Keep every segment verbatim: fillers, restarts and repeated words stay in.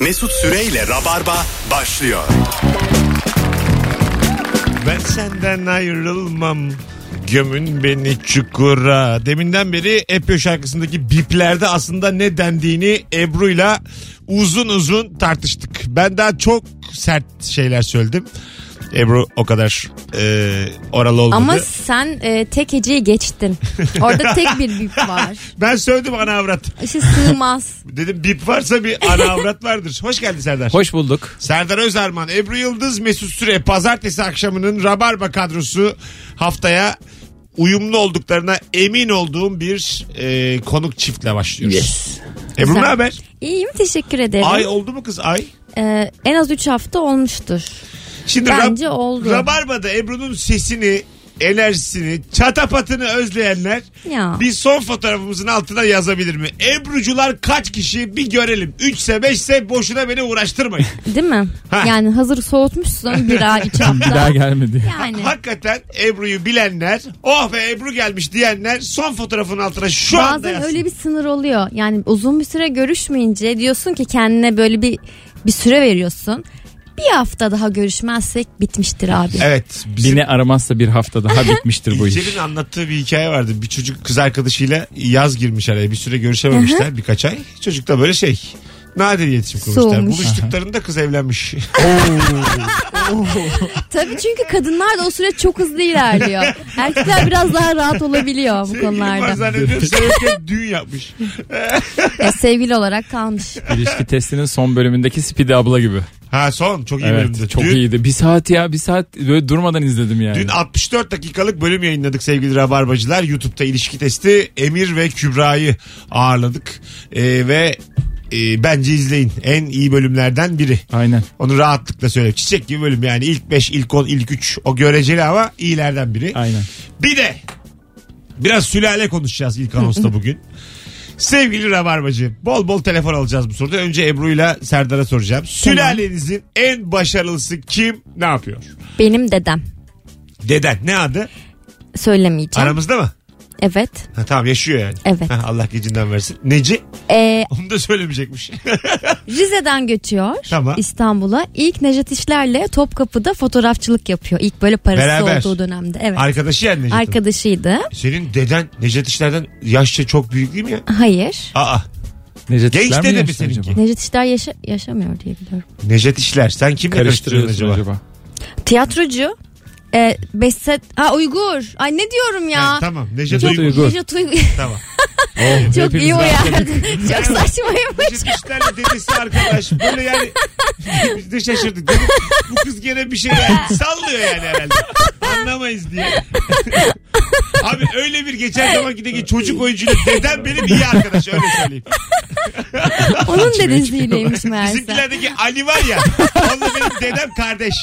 Mesut Süreyle Rabarba başlıyor. Ben senden ayrılmam, gömün beni çukura. Deminden beri Epyo şarkısındaki biplerde aslında ne dendiğini Ebru'yla uzun uzun tartıştık. Ben daha çok sert şeyler söyledim. Ebru o kadar e, oralı olmadı. Ama sen e, tek heceyi geçtin. Orada tek bir bip var. Ben söyledim ana avrat. İşte sığmaz. Dedim bip varsa bir ana avrat vardır. Hoş geldin Serdar. Hoş bulduk. Serdar Özarman, Ebru Yıldız, Mesut Süre. Pazartesi akşamının Rabarba kadrosu haftaya uyumlu olduklarına emin olduğum bir e, konuk çiftle başlıyoruz. Yes. Ebru Güzel. ne haber? İyiyim, teşekkür ederim. Ay oldu mu kız ay? Ee, en az üç hafta olmuştur. Şimdi Bence Rab- oldu. Rabarba'da Ebru'nun sesini, enerjisini, çatapatını özleyenler Ya. bir son fotoğrafımızın altına yazabilir mi? Ebrucular kaç kişi bir görelim. Üçse beşse boşuna beni uğraştırmayın. Değil mi? Ha. Yani hazır soğutmuşsun bir ay üç hafta. Bir daha gelmedi. Yani. Hakikaten Ebru'yu bilenler, oh be Ebru gelmiş diyenler son fotoğrafın altına şu anda Bazen yazsın. öyle bir sınır oluyor. Yani uzun bir süre görüşmeyince diyorsun ki kendine böyle bir bir süre veriyorsun. Bir hafta daha görüşmezsek bitmiştir abi. Evet. Bizim Beni aramazsa bir hafta daha bitmiştir bu iş. İlker'in anlattığı bir hikaye vardı. Bir çocuk kız arkadaşıyla yaz girmiş araya. Bir süre görüşememişler birkaç ay. Çocuk da böyle şey... nadir iletişim kurmuşlar. Soğumuş. Buluştuklarında kız evlenmiş. Tabii çünkü kadınlar da o süreç çok hızlı ilerliyor. Erkekler biraz daha rahat olabiliyor bu Sevgilim var konularda. zannediyorum. Sevgilim düğün yapmış. Ya, sevgili olarak kalmış. İlişki testinin son bölümündeki Speedy abla gibi. Ha son çok iyi Evet, bölümdü. çok dün, iyiydi. Bir saat ya bir saat böyle durmadan izledim yani. Dün altmış dört dakikalık bölüm yayınladık sevgili Rabarbacılar. YouTube'da ilişki testi Emir ve Kübra'yı ağırladık. Ee, ve e, bence izleyin. En iyi bölümlerden biri. Aynen. Onu rahatlıkla söyleyeyim. Çiçek gibi bölüm yani. İlk beş, ilk on, ilk üç o göreceli ama iyilerden biri. Aynen. Bir de biraz sülale konuşacağız ilk anonsta bugün. Sevgili Rabarbacı, bol bol telefon alacağız bu soruda. Önce Ebru'yla Serdar'a soracağım. Sülalenizin en başarılısı kim, ne yapıyor? Benim dedem. Deden ne adı? Söylemeyeceğim. Aramızda mı? Evet. Ha, tamam yaşıyor yani. Evet. Ha, Allah gecinden versin. Neci? Ee, Onu da söylemeyecekmiş. Rize'den göçüyor Tamam. İstanbul'a. İlk Nejat İşler'le Topkapı'da fotoğrafçılık yapıyor. İlk böyle parası Beraber. olduğu dönemde. Evet. Arkadaşı yani Necat'ın. Arkadaşıydı. Senin deden Necat İşler'den yaşça çok büyük değil mi ya? Hayır. Aa. Necdet Genç İşler dede mi yaşlı seninki? acaba? Nejat İşler yaşa- yaşamıyor diye biliyorum. Necat İşler. Sen kimle karıştırıyorsun Karıştırıyorsun acaba? acaba? Tiyatrocu. E, Behzat. Ha, Uygur. Ay ne diyorum ya. Ha, tamam. Necat Necdet Uygur. Uygur. Nejat Uygur. Tamam. Oh, Çok hepimiz iyi rahatladık. uyardı. Çok saçmaymış. Necat İşler'le dedesi arkadaş. Böyle yani biz de şaşırdık. Dedim, bu kız gene bir şey yani sallıyor yani herhalde. Anlamayız diye. Abi öyle bir geçen zamanki çocuk oyuncuyla dedem benim iyi arkadaş öyle söyleyeyim. Onun dedesiyleymiş meğerse. Bizimkilerdeki Ali var ya onunla benim dedem kardeş.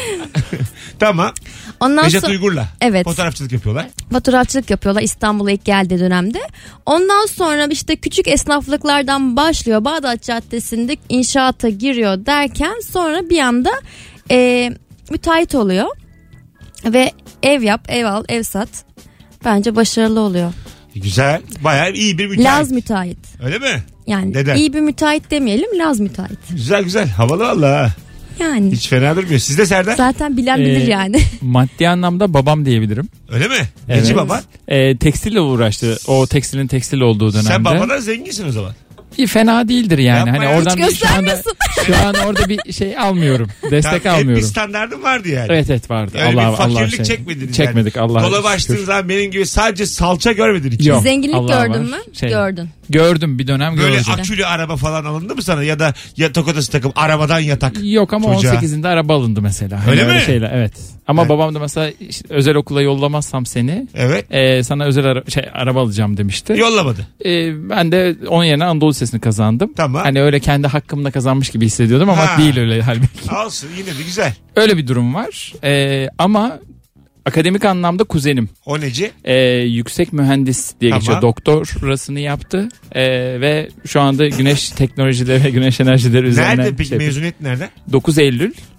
Tamam. Ondan Nejat sonra Uygur'la Evet. fotoğrafçılık yapıyorlar. fotoğrafçılık yapıyorlar İstanbul'a ilk geldiği dönemde. Ondan sonra işte küçük esnaflıklardan başlıyor. Bağdat Caddesi'nde inşaata giriyor derken sonra bir anda e, müteahhit oluyor. Ve ev yap, ev al, ev sat. Bence başarılı oluyor. Güzel. Bayağı iyi bir müteahhit. Laz müteahhit. Öyle mi? Yani Neden? iyi bir müteahhit demeyelim, Laz müteahhit. Güzel güzel. Havalı valla. Yani Hiç fena durmuyor. Sizde Serdar? zaten bilen bilir Ee, yani. Maddi anlamda babam diyebilirim. Öyle mi? Evet. Neci baba? Ee, tekstille uğraştı. O tekstilin tekstil olduğu dönemde. Sen babadan zenginsin o zaman. İyi, fena değildir yani. Yapma Hani ya. oradan Hiç bir, şu anda göstermiyorsun. şu an orada bir şey almıyorum. Destek Tamam, hep bir almıyorum. standardın vardı yani. Evet evet vardı. Öyle Allah bir fakirlik Allah şey. çekmediniz Çekmedik yani. Allah. Dolabı açtığın zaman benim gibi sadece salça görmedin hiç. Yok. Zenginlik Allah gördün var. mü? Şey, Gördün. Gördüm bir dönem Böyle gördüm. akülü araba falan alındı mı sana ya da yatak odası takım arabadan yatak? Yok ama Çocuğa. on sekizinde araba alındı mesela. Hani Öyle mi? Şeyler, evet. Ama Evet. babam da mesela işte özel okula yollamazsam seni Evet. e, sana özel ara- şey, araba alacağım demişti. Yollamadı. E, ben de onun yerine Anadolu Lisesi'ni kazandım. Tamam. Hani öyle kendi hakkımla kazanmış gibi hissediyordum ama Ha. değil öyle halbuki. Olsun yine de güzel. Öyle bir durum var. E, ama akademik anlamda kuzenim. O neci? E, yüksek mühendis diye Tamam. geçiyor. Doktorasını yaptı. E, ve şu anda güneş teknolojileri ve güneş enerjileri üzerine. Nerede peki şey- mezuniyet nerede? dokuz Eylül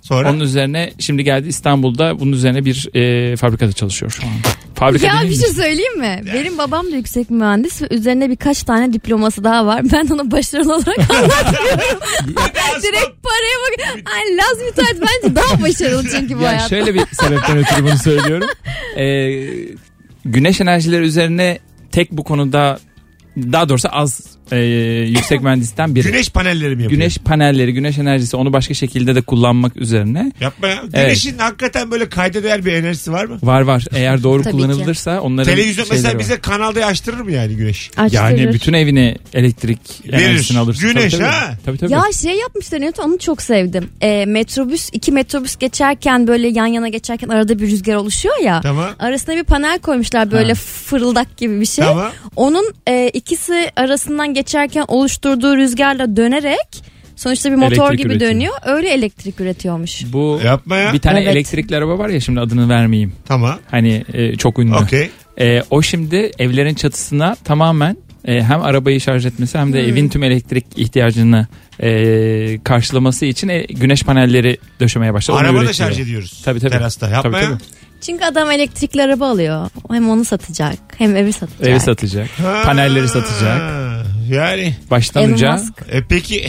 Sonra? Onun üzerine şimdi geldi İstanbul'da bunun üzerine bir e, fabrikada çalışıyor şu an. Fabrika Ya değil bir mi? şey söyleyeyim mi? Benim babam da yüksek mühendis ve üzerine birkaç tane diploması daha var. Ben ona başarılı olarak anlatmıyorum. Direkt paraya bak. Ay Laz müteahhit bence daha başarılı çünkü bu Ya hayatta. şöyle bir sebepten ötürü bunu söylüyorum. Ee, güneş enerjileri üzerine tek bu konuda, daha doğrusu az e, yüksek mühendisten biri. Güneş panelleri mi yapıyor? Güneş panelleri, güneş enerjisi, onu başka şekilde de kullanmak üzerine. Yapma ya. Güneşin hakikaten böyle kayda değer bir enerjisi var mı? Var var. Eğer doğru Tabii kullanılırsa onların Televizyon şeyleri mesela var. bize kanalda açtırır mı yani güneş? Açtırır. Yani bütün evine elektrik Verir. enerjisini alırsın. Güneş, tabii, tabii. ha? Tabii tabii. Ya şey yapmışlar Newton, onu çok sevdim. E, metrobüs iki metrobüs geçerken böyle yan yana geçerken arada bir rüzgar oluşuyor ya. Tamam. Arasına bir panel koymuşlar böyle Ha. fırıldak gibi bir şey. Tamam. Onun e, ikisi arasından geçerken oluşturduğu rüzgarla dönerek sonuçta bir motor Elektrik gibi üretiyor. dönüyor. Öyle elektrik üretiyormuş. Bu Yapma ya. bir tane Evet. elektrikli araba var ya, şimdi adını vermeyeyim. Tamam. Hani e, çok ünlü. Okey. E, o şimdi evlerin çatısına tamamen e, hem arabayı şarj etmesi hem de Hmm. evin tüm elektrik ihtiyacını e, karşılaması için e, güneş panelleri döşemeye başladı. Onu Araba da üretiyor. şarj ediyoruz. Tabii, tabii. Terasta. Yapma Tabii, ya. tabii. Çünkü adam elektrikli araba alıyor. Hem onu satacak hem evi satacak. Evi satacak. Ha, Panelleri satacak. Yani. Baştan Elon uca. Musk. E peki.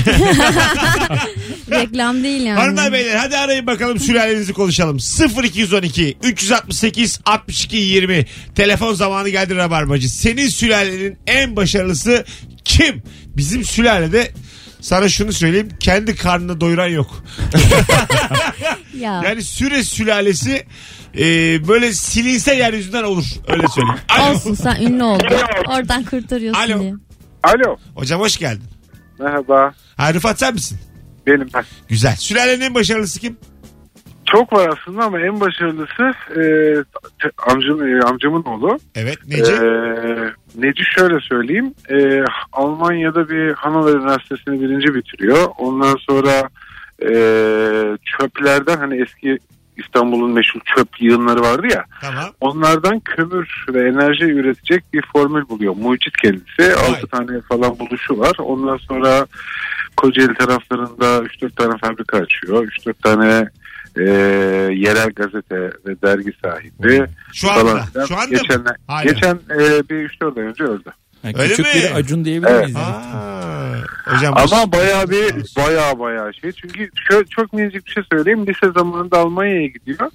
Reklam değil yani. Hanımlar beyler hadi arayın bakalım, sülalenizi konuşalım. sıfır iki on iki üç altı sekiz altmış iki yirmi telefon zamanı geldi Rabarbacı. Senin sülalenin en başarılısı kim? Bizim sülalede sana şunu söyleyeyim, kendi karnını doyuran yok. Ya. Yani Süre sülalesi e, böyle silinse yeryüzünden olur. Öyle söyleyeyim. Alo. Olsun, sen ünlü oldun. Oradan kurtarıyorsun Alo. diye. Alo. Hocam hoş geldin. Merhaba. Ha, Rıfat sen misin? Benim ben. Güzel. Sülalenin en başarılısı kim? Çok var aslında ama en başarılısı e, te- amcam, e, amcamın oğlu. Evet. Neci? E, Neci şöyle söyleyeyim. E, Almanya'da bir Hanover Üniversitesi'ni birinci bitiriyor. Ondan sonra e, çöplerden, hani eski İstanbul'un meşhur çöp yığınları vardı ya. Tamam. Onlardan kömür ve enerji üretecek bir formül buluyor. Mucit kendisi. Vay. altı tane falan buluşu var. Ondan sonra Kocaeli taraflarında üç dört tane fabrika açıyor. üç dört tane e, yerel gazete ve dergi sahibi. Şu anda. Falan. Şu anda Geçen, mı? Hala. geçen e, bir üç dört ay önce öldü. Yani Öyle küçük mi? bir Acun diyebilir Evet. miyiz? Aa, hocam. Ama bayağı bir bayağı bayağı şey. Çünkü şöyle çok minicik bir şey söyleyeyim. Lise zamanında Almanya'ya gidiyor.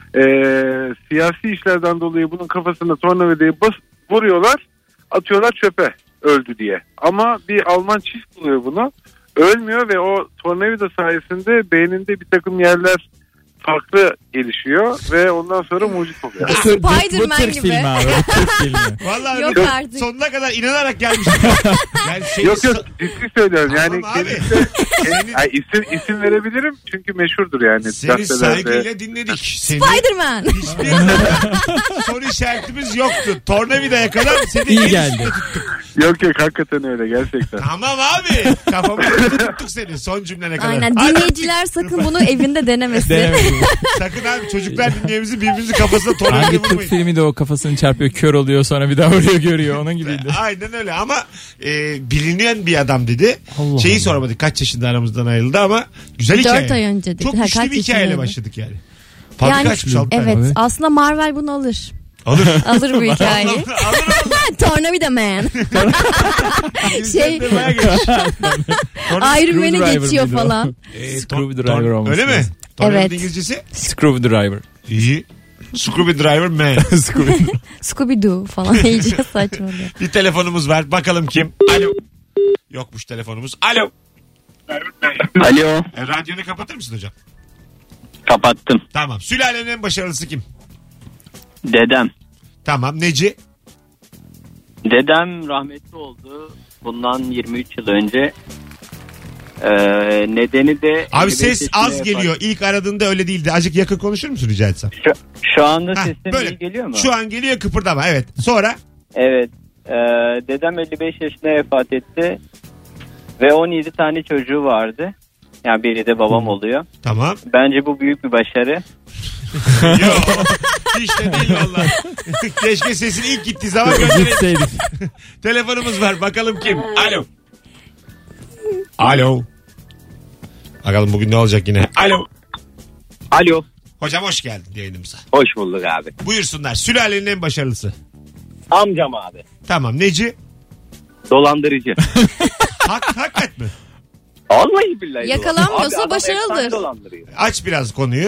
Ee, siyasi işlerden dolayı bunun kafasına tornavidayı bas vuruyorlar. Atıyorlar çöpe, öldü diye. Ama bir Alman çift buluyor bunu. Ölmüyor ve o tornavida sayesinde beyninde bir takım yerler farklı gelişiyor ve ondan sonra mucit oluyor. Bu Tür- bu- bu Spider-Man Türk gibi. filmi abi. Bu Türk filmi. Vallahi Yok Rıfat, artık. sonuna kadar inanarak gelmiştim. Yani seni Yok yok ciddi söylüyorum. Yani Tamam abi. kendisi, yani isim, isim verebilirim çünkü meşhurdur yani. Seni gazetelerde. saygıyla dinledik. Seni Spider-Man. hiçbir soru işaretimiz yoktu. Tornavidaya kadar seni İyi el geldi. üstünde tuttuk. Yok yok hakikaten öyle gerçekten. Tamam abi. Kafamızda tuttuk seni son cümlene kadar. Aynen, Hadi. dinleyiciler sakın bunu evinde denemesin. Denemedim. Sakın abi, çocuklar dinleyemizi birbirimizin kafasına tornavida Hangi Türk vurmayın. filmi de o kafasını çarpıyor, kör oluyor, sonra bir daha vuruyor, görüyor, onun gibiydi. Aynen öyle ama e, bilinen bir adam dedi. Allah Şeyi Allah. sormadık, kaç yaşında aramızdan ayrıldı ama güzel hikaye. Dört ay önce dedi. Çok Ha, güçlü kaç bir hikayeyle yaşındaydı? başladık yani. Fabrika Yani- açmış altı tane. Evet, Abi. aslında Marvel bunu alır. Alır. Alır bu hikayeyi. Alır alır. Tornavida Man. Şey- Şey. Bayağı geniş. Tornavida- Iron Man'i Screwdriver geçiyor mıydı o? falan. E, Screwdriver ton- olması Öyle mi? lazım. Tornavida Evet. İngilizcesi? Screwdriver. İyi. Screwdriver Man. Screwdriver. Scooby-Doo falan iyice saçmalıyor. Bir telefonumuz var. Bakalım kim? Alo. Yokmuş telefonumuz. Alo. Alo, E, radyonu kapatır mısın hocam? kapattım. Tamam. Sülalenin en başarılısı kim? Dedem. Tamam. Neci? Dedem rahmetli oldu bundan yirmi üç yıl önce. Ee, nedeni de... Abi elli beş ses yaşında az vefat- geliyor. İlk aradığında öyle değildi. Azıcık yakın konuşur musun rica etsem? Şu, şu anda Heh, sesim böyle. iyi geliyor mu? Şu an geliyor, kıpırdama. Evet. Sonra? Evet. Ee, dedem elli beş yaşında vefat etti. Ve on yedi tane çocuğu vardı. Yani biri de babam oluyor. Tamam. Bence bu büyük bir başarı. Yok. Hiç de değil valla. Keşke sesin ilk gittiği zaman gönderelim. Gitseydik. Telefonumuz var. Bakalım kim? Alo. Alo. Bakalım bugün ne olacak yine. Alo. Alo. Hocam hoş geldin yayınımıza. Hoş bulduk abi. Buyursunlar. Sülalenin en başarılısı. Amcam abi. Tamam. Neci? Dolandırıcı. Hak, hakikat mi? Vallahi billahi. Yakalanmıyorsa Abi, başarılıdır. Dolandırıyor. Aç biraz konuyu.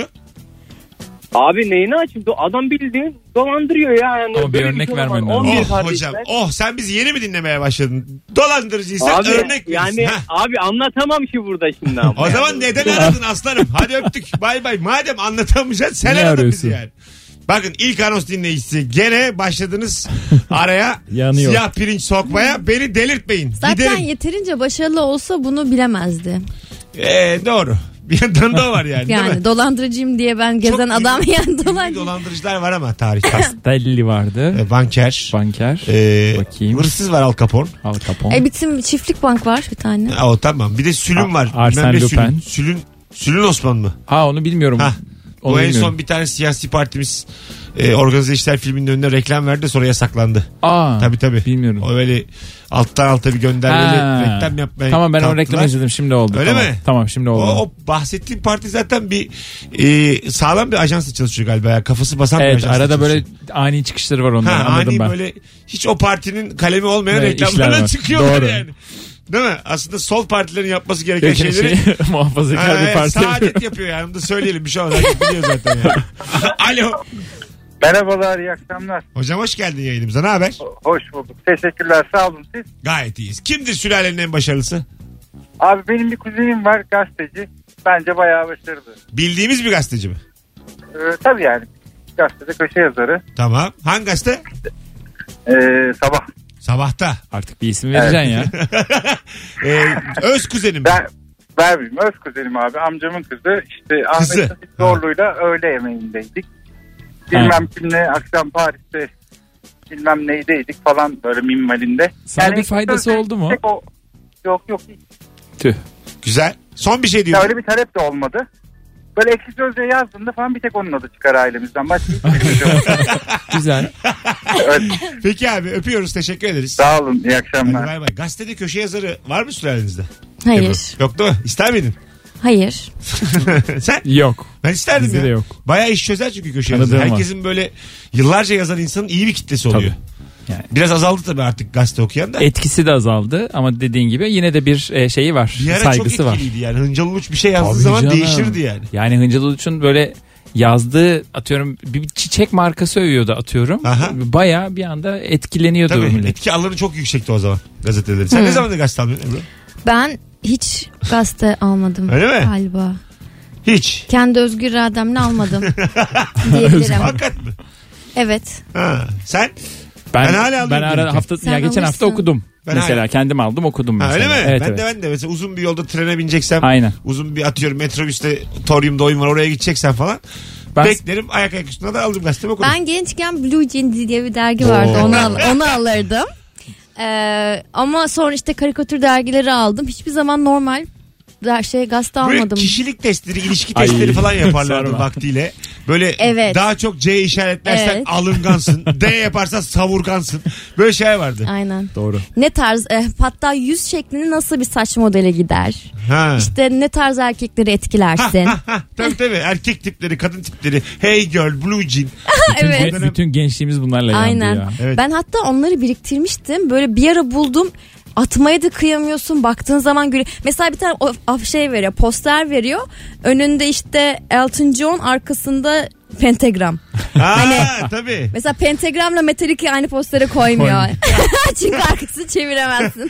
Abi neyini açayım? Adam bildiğin dolandırıyor ya. Yani Ama bir örnek şey vermen olamaz. lazım. on bir Oh kardeşler. hocam. Oh sen bizi yeni mi dinlemeye başladın? Dolandırıcıysan Abi örnek yani verirsin. Ha. abi anlatamam ki burada şimdi ama. O zaman yani. neden aradın aslanım? Hadi öptük. Bay bay. Madem anlatamayacaksın sen Ne aradın arıyorsun? bizi yani. Bakın ilk anons dinleyicisi gene başladınız araya Yanıyor. siyah pirinç sokmaya, beni delirtmeyin. Zaten Giderim. yeterince başarılı olsa bunu bilemezdi. Ee, doğru. Bir yandan da var yani, değil Yani mi? dolandırıcıyım diye ben gezen Çok adam ünlü- yani ünlü dolandırıcı. dolandırıcılar var ama tarihte. Castelli vardı. Ee, banker. Banker. Ee, Bakayım. hırsız var Al Capone. Al Capone. E bitim çiftlik bank var bir tane. Ha, o tamam. Bir de Sülün A- var. Arsène Bilmem ne Sülün. Lupin. Sülün, Sülün Osman mı? Ha onu bilmiyorum. Ha. Onu O en bilmiyorum. son bir tane siyasi partimiz e, Organize İşler filminin önüne reklam verdi, sonra yasaklandı. Aa, Tabii tabii. bilmiyorum. O öyle alttan alta bir göndermeli Ha. reklam yapmaya Tamam ben o kalktılar. reklamı izledim, şimdi oldu. Öyle tamam. mi? Tamam şimdi O, oldu. o bahsettiğim parti zaten bir e, sağlam bir ajansla çalışıyor galiba. Yani kafası basan bir Evet, ajansla arada böyle çalışıyor. ani çıkışları var onların, Ha, anladım ani ben. böyle hiç o partinin kalemi olmayan Evet, reklamlardan işler var. çıkıyorlar Doğru. yani. Değil mi? Aslında sol partilerin yapması gereken Gereken şeyleri şey, muhafazakar Ha, bir parti Saadet yapıyor. yapıyor yani. Bunu da söyleyelim, bir şey olmaz. Herkes biliyor zaten yani. Alo. Merhabalar, iyi akşamlar. Hocam hoş geldin yayınımıza. Ne haber? Hoş bulduk. Teşekkürler, sağ olun siz. Gayet iyiyiz. Kimdir sülalenin en başarılısı? Abi benim bir kuzenim var, gazeteci. Bence bayağı başarılı. Bildiğimiz bir gazeteci mi? Ee, tabii yani gazetede köşe yazarı. Tamam. Hangi gazete? Ee, sabah. Sabahta. Artık bir isim vereceksin ya. Ee, öz kuzenim. Ben Berbim, öz kuzenim abi. Amcamın kızı. İşte Kızı. Ahmet Nasip Zorlu'yla öğle yemeğindeydik. Bilmem kimle akşam Paris'te bilmem neydeydik falan, böyle minvalinde. Sana bir faydası sözde oldu mu? tek O, yok yok. Tüh. Güzel. Son bir şey Ya diyorum. öyle bir talep de olmadı. Böyle ekşi sözlüğe yazdığında falan bir tek onun adı çıkar ailemizden. Başka hiçbir şey yok. Güzel. Evet, Peki abi, öpüyoruz. Teşekkür ederiz. sağ olun, iyi Hadi akşamlar. bay bay. Gazetede köşe yazarı var mı sülalenizde? Hayır. Ebru? Yok değil mi? İster miydin? Hayır. Sen? Yok. Ben isterdim Bizde ya. de yok. Bayağı iş çözer çünkü köşe Tanıdığım yazarı. var. Herkesin böyle yıllarca yazan insanın iyi bir kitlesi oluyor. Yani. Biraz azaldı tabii artık gazete okuyan da. Etkisi de azaldı ama dediğin gibi yine de bir e, şeyi var. Bir ara Saygısı çok var. etkiliydi yani. Hıncal Uluç bir şey yazdığı Tabii zaman canım. değişirdi yani. Yani Hıncal Uluç'un böyle yazdığı, atıyorum bir çiçek markası övüyordu atıyorum. Aha. Bayağı bir anda etkileniyordu Tabii millet. etki alanı çok yüksekti o zaman gazeteleri. Sen ne zamandır gazete almıyorsun Ebru? Ben hiç gazete almadım. Öyle mi? Galiba. Hiç. Kendi özgür irademle almadım diyebilirim. Hakikat mi? Evet. Ha. Sen? Ben, Ben hala ben alıyorum ara birlikte. hafta Sen ya geçen hafta alırsın. okudum. Ben mesela hala- kendim aldım okudum Ha, mesela. öyle mi? Evet, ben evet. de ben de mesela uzun bir yolda trene bineceksem, Aynen. uzun bir atıyorum metrobüste Torium'da oyun var, oraya gideceksen falan Ben beklerim, ayak ayak üstüne de alırım gazetemi okurum. Ben gençken Blue Jeans diye bir dergi vardı. Oo. Onu, al- onu alırdım. Ee, ama sonra işte karikatür dergileri aldım. Hiçbir zaman normal der- şey gazete Böyle almadım. kişilik testleri, ilişki Ay, testleri falan yaparlardı sorma. vaktiyle. Böyle Evet. daha çok C işaretlersen Evet. alıngansın. D yaparsan savurgansın. Böyle şey vardı. Aynen. doğru. Ne tarz e, hatta yüz şeklini nasıl bir saç modele gider? Ha. İşte ne tarz erkekleri etkilersin? Ha, ha, tabii tabii, erkek tipleri, kadın tipleri, hey girl, blue jean. Bütün, Evet. gen- bütün gençliğimiz bunlarla yandı Aynen. ya. Evet. Ben hatta onları biriktirmiştim. Böyle bir ara buldum. Atmaya da kıyamıyorsun. Baktığın zaman göre. Mesela bir tane o- af- şey veriyor. Poster veriyor. Önünde işte Elton John, arkasında pentagram. Ha, Hani- tabii. Mesela pentagramla Metallica'yı aynı postere koymuyor. Koymuyor. Çünkü arkasını çeviremezsin.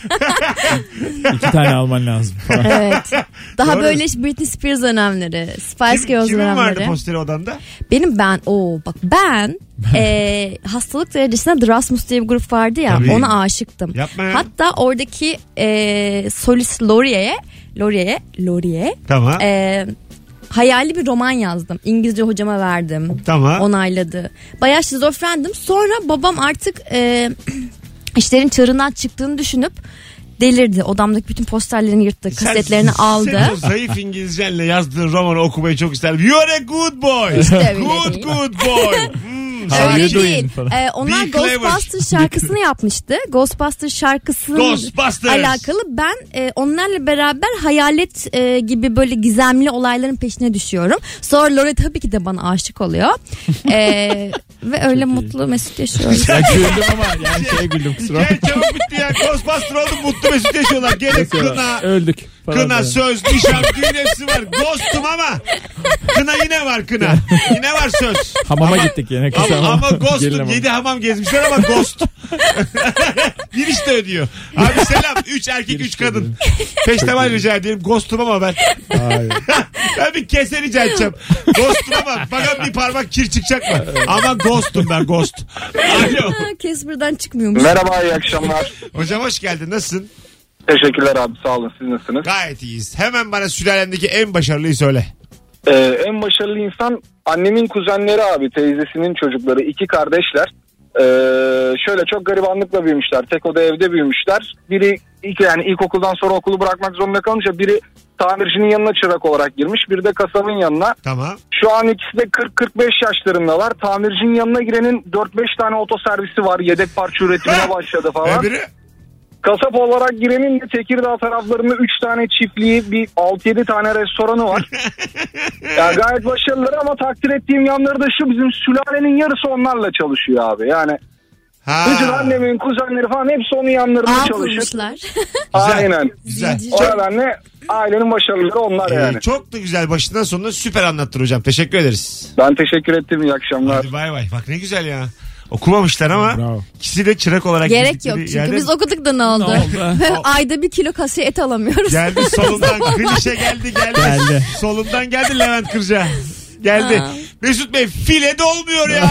İki tane alman lazım falan. Evet. Daha Doğru. böyle Britney Spears dönemleri. Spice Kim, Girls kimin vardı dönemleri. posteri odanda? Benim ben o bak ben e, hastalık derecesinde The Rasmus diye bir grup vardı ya, Tabii. ona aşıktım. Yapma ya. Hatta oradaki e, solist Laurie'ye Laurie'ye Laurie Tamam. e, hayali bir roman yazdım. İngilizce hocama verdim. Tamam. Onayladı. Bayağı şizofrendim. Sonra babam artık e, işlerin çığırından çıktığını düşünüp delirdi. Odamdaki bütün posterlerini yırttı. Sen- Kasetlerini aldı. Sen o zayıf İngilizcenle yazdığın romanı okumayı çok isterdim. You are a good boy. İşte öyle good değil. good boy. Hmm. Sanki- Öyle How you değil. doing falan. Ee, onlar Be clever. Ghostbusters şarkısını yapmıştı. Ghostbusters şarkısının Ghostbusters. alakalı. Ben e, onlarla beraber hayalet e, gibi böyle gizemli olayların peşine düşüyorum. Sonra Lore tabii ki de bana aşık oluyor. E, ve öyle mutlu mesut yaşıyoruz. Ya güldüm ama yani şeye güldüm kusura Hikaye bakma. çabuk bitti ya. Ghostbuster oldu, mutlu mesut yaşıyorlar. Gene kına, Öldük. falan kına, böyle. söz, nişan, düğün hepsi var. Ghostum ama kına yine var kına. Yine var söz. Hamama gittik yine kısa Ama, ama Gelin ghostum. hamam. Yedi hamam gezmişler ama ghost. Giriş de ödüyor. Abi selam. Üç erkek, üç kadın. Peştemal rica ederim. Ghostum ama ben. Hayır. Ben bir kese rica edeceğim. Ghostum ama bakalım bir parmak kir çıkacak mı? Ama ghostum ben, ghost. Alo. Casper'dan çıkmıyormuş. Merhaba, iyi akşamlar. Hocam hoş geldin. Nasılsın? Teşekkürler abi, sağ olun. Siz nasılsınız? Gayet iyiyiz. Hemen bana sülalendeki en başarılıyı söyle. Ee, en başarılı insan annemin kuzenleri abi, teyzesinin çocukları, iki kardeşler. Ee, şöyle çok garibanlıkla büyümüşler. Tek oda evde büyümüşler. Biri ilk, yani ilkokuldan sonra okulu bırakmak zorunda kalmış. Biri tamircinin yanına çırak olarak girmiş. Biri de kasabın yanına. Tamam. Şu an ikisi de kırk kırk beş yaşlarındalar. Tamircinin yanına girenin dört beş tane otoservisi var. Yedek parça üretimine başladı falan. Öbürü? Kasap olarak girenin de Tekirdağ taraflarında üç tane çiftliği, bir altı yedi tane restoranı var. Yani gayet başarılılar ama takdir ettiğim yanları da şu: bizim sülalenin yarısı onlarla çalışıyor abi. Yani Ha. bütün annemin kuzenleri falan hepsi onun yanlarında Ağ çalışıyor. kurmuşlar. Güzel. Aynen. Güzel. O Çok, nedenle ailenin başarıları onlar Ee, yani. çok da güzel, başından sonuna süper anlattın hocam. Teşekkür ederiz. Ben teşekkür ettim, iyi akşamlar. Hadi bay bay. Bak ne güzel ya. Okumamışlar ama Bravo. ikisi de çırak olarak Gerek girdikleri yok çünkü yerden biz okuduk da ne oldu? Ne oldu? Ayda bir kilo kasiye et alamıyoruz. geldi solundan. Klişe geldi geldi. Geldi. Solundan geldi Levent Kırca. Geldi. Ha. Mesut Bey file de olmuyor ya.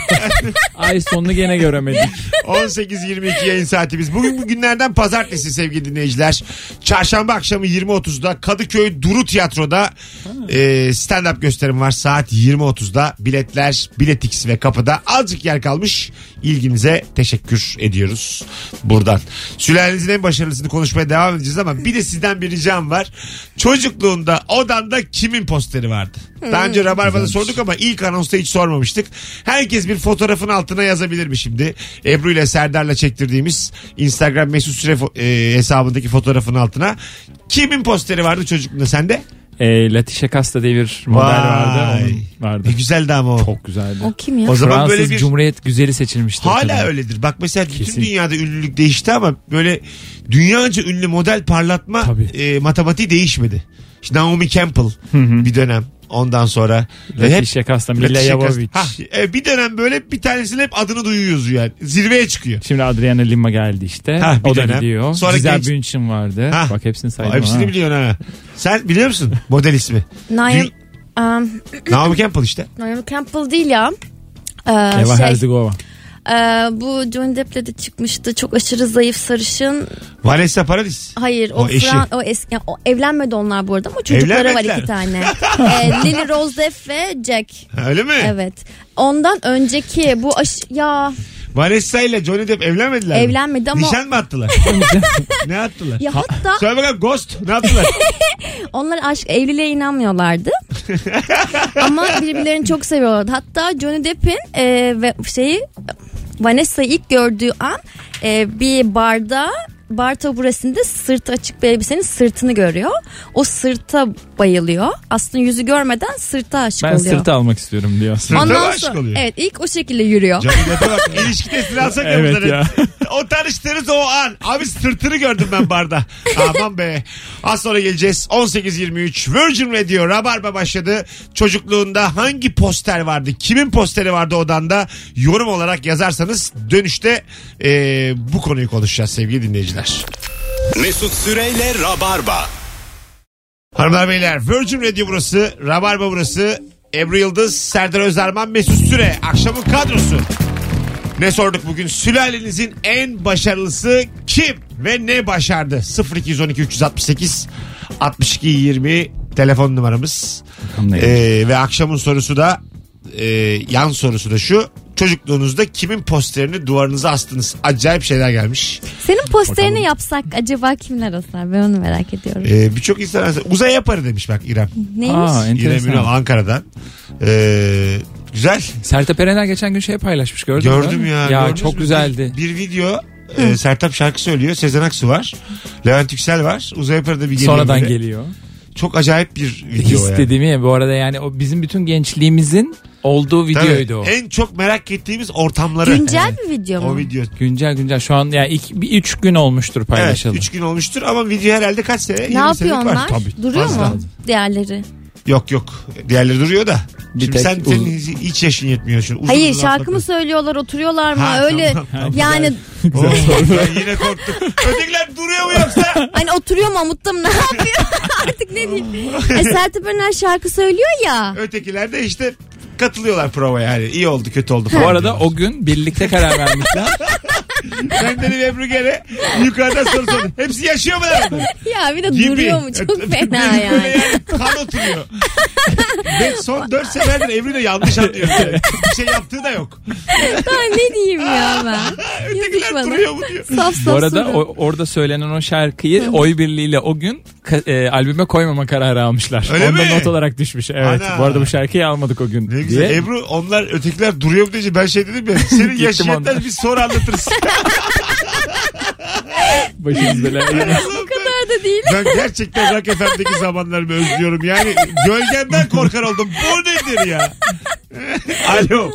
Ay sonunu gene göremedik. on sekiz yirmi iki yayın saatimiz. Bugün bu günlerden pazartesi sevgili dinleyiciler. Çarşamba akşamı yirmi otuzda Kadıköy Duru Tiyatro'da e, stand-up gösterim var. Saat yirmi otuzda. Biletler Biletix ve kapıda. Azıcık yer kalmış. İlginize teşekkür ediyoruz buradan. Sülalenizin en başarılısını konuşmaya devam edeceğiz ama bir de sizden bir ricam var. Çocukluğunda odanda kimin posteri vardı? Daha önce Rabarba'da sorduk ama ilk anonsta hiç sormamıştık. Herkes bir fotoğrafın altına yazabilir mi şimdi? Ebru ile Serdar'la çektirdiğimiz Instagram Mesut Süre fo- e, hesabındaki fotoğrafın altına. Kimin posteri vardı çocukluğunda sende? E, Leticia Casta diye bir model Vay. vardı. Onun vardı. Ne güzeldi ama o. Çok güzeldi. O kim ya? O zaman Fransız böyle bir... Cumhuriyet güzeli seçilmişti. Hala ortada. öyledir. Bak mesela bütün Kesin. dünyada ünlülük değişti ama böyle dünyaca ünlü model parlatma Tabii. e, matematiği değişmedi. İşte Naomi Campbell hı. bir dönem. Ondan sonra ve hep Leticia Casta, Mila Leticia Jovovich. Casta. Ha, e, bir dönem böyle bir tanesinin hep adını duyuyoruz yani. Zirveye çıkıyor. Şimdi Adriana Lima geldi işte. Ha, bir o da dönem. gidiyor. Sonra Giselle genç- Bündchen vardı. Ha. Bak hepsini saydım. Hepsini ha. biliyorsun ha. Sen biliyor musun model ismi? Naomi, um, Naomi Campbell işte. Naomi Campbell değil ya. Ee, Eva şey, Herzigova. e, bu Johnny Depp'le de çıkmıştı. Çok aşırı zayıf sarışın. Vanessa Paradis. Hayır o, O eşi. Fran, o eski yani o evlenmedi onlar bu arada ama çocukları var Evlenmediler. iki tane. ee, Lily Rose Depp ve Jack. Öyle mi? Evet. Ondan önceki bu aş ya Vanessa ile Johnny Depp evlenmediler mi? evlenmedi ama Nişan mı attılar? Ne attılar? ya hatta Söyle bakalım Ghost ne yaptılar? onlar aşk evliliğe inanmıyorlardı. Ama birbirlerini çok seviyorlardı. Hatta Johnny Depp'in e, ve şeyi Vanessa'yı ilk gördüğü an e, bir barda bar taburesinde sırtı açık bir elbisenin sırtını görüyor. O sırta bayılıyor. Aslında yüzü görmeden sırta aşık Ben oluyor. sırtı almak istiyorum diyor. Sırta mı Ondan aşık sonra oluyor? evet ilk o şekilde yürüyor. Johnny Depp'e bak ilişki testini alsak ya Evet bunların. ya. O tanıştığınız o an. Abi sırtını gördüm ben barda. Aman be. Az sonra geleceğiz. on sekiz yirmi üç Virgin Radio Rabarba başladı. Çocukluğunda hangi poster vardı? Kimin posteri vardı odanda? Yorum olarak yazarsanız dönüşte e, bu konuyu konuşacağız sevgili dinleyiciler. Mesut Süreyle Rabarba. Hanımlar beyler Virgin Radio burası. Rabarba burası. Ebru Yıldız, Serdar Özerman, Mesut Süre. Akşamın kadrosu. Ne sorduk bugün? Sülalenizin en başarılısı kim ve ne başardı? sıfır iki on iki üç altı sekiz altmış iki yirmi telefon numaramız. Ee, ve akşamın sorusu da e, yan sorusu da şu. Çocukluğunuzda kimin posterini duvarınıza astınız? Acayip şeyler gelmiş. Senin posterini Bakalım. yapsak acaba kimler asar? Ben onu merak ediyorum. Ee, Birçok insan uzay yaparı demiş bak İrem. Neymiş? Aa, İrem enteresan. Ünal Ankara'dan. Ee, Güzel. Sertab Erener geçen gün şey paylaşmış, gördün mü? Gördüm ya. Ya gördünüz çok mü? güzeldi. Bir, bir video e, Sertab şarkı söylüyor. Sezen Aksu var. Levent Yüksel var. Uzay Öper'de bir geliyor. Sonradan böyle. geliyor. Çok acayip bir video yani. İstediğimi ya bu arada, yani o bizim bütün gençliğimizin olduğu videoydu Tabii, o. en çok merak ettiğimiz ortamları. Güncel bir video mu? O video. Güncel güncel şu an yani ilk, bir üç gün olmuştur Evet, paylaşalım. üç gün olmuştur ama video herhalde kaç sene? Ne yirmi yapıyor senelik onlar? var. Tabii. Duruyor Fazla. mu diğerleri? Yok yok. Diğerleri duruyor da. Bir Şimdi tek sen uzun- senin hiç yaşın yetmiyor. Şimdi uzun Hayır uzun şarkı mı lafla- söylüyorlar, oturuyorlar mı? Ha, Öyle tamam, tamam. yani Oo, ben yine korktum. Ötekiler duruyor mu yoksa? hani oturuyor mu, mutlu mu, ne yapıyor? Artık ne diyeyim. E, Sertab Erener şarkı söylüyor ya. Ötekiler de işte katılıyorlar provaya. Yani iyi oldu kötü oldu Bu falan. arada diyorlar. o gün birlikte karar vermişler. Ben dedim Ebru gene yukarıdan soru sordum. Hepsi yaşıyor mu lan? Ya bir de Gibi. duruyor mu? Çok Benim fena böyle yani. yani kan oturuyor. Ve son dört seferdir Ebru da yanlış anlıyor. Yani. Bir şey yaptığı da yok. Daha ne diyeyim ya ben. Ötekiler bana. duruyor mu diyor. Saf saf Bu arada soru. o- orada söylenen o şarkıyı oy birliğiyle o gün ka- e, albüme koymama kararı almışlar. Öyle Onda mi? not olarak düşmüş. Evet. Ana. Bu arada bu şarkıyı almadık o gün Ne güzel. diye. Ebru onlar ötekiler duruyor mu diyece ben şey dedim ya. Senin Gittim yaşın ondan. yetmez biz sonra anlatırız. Başımız belaya. Bu kadar da değil. Ben gerçekten Rock F M'deki zamanlarımı özlüyorum. Yani gölgemden korkar oldum. Bu nedir ya? Alo.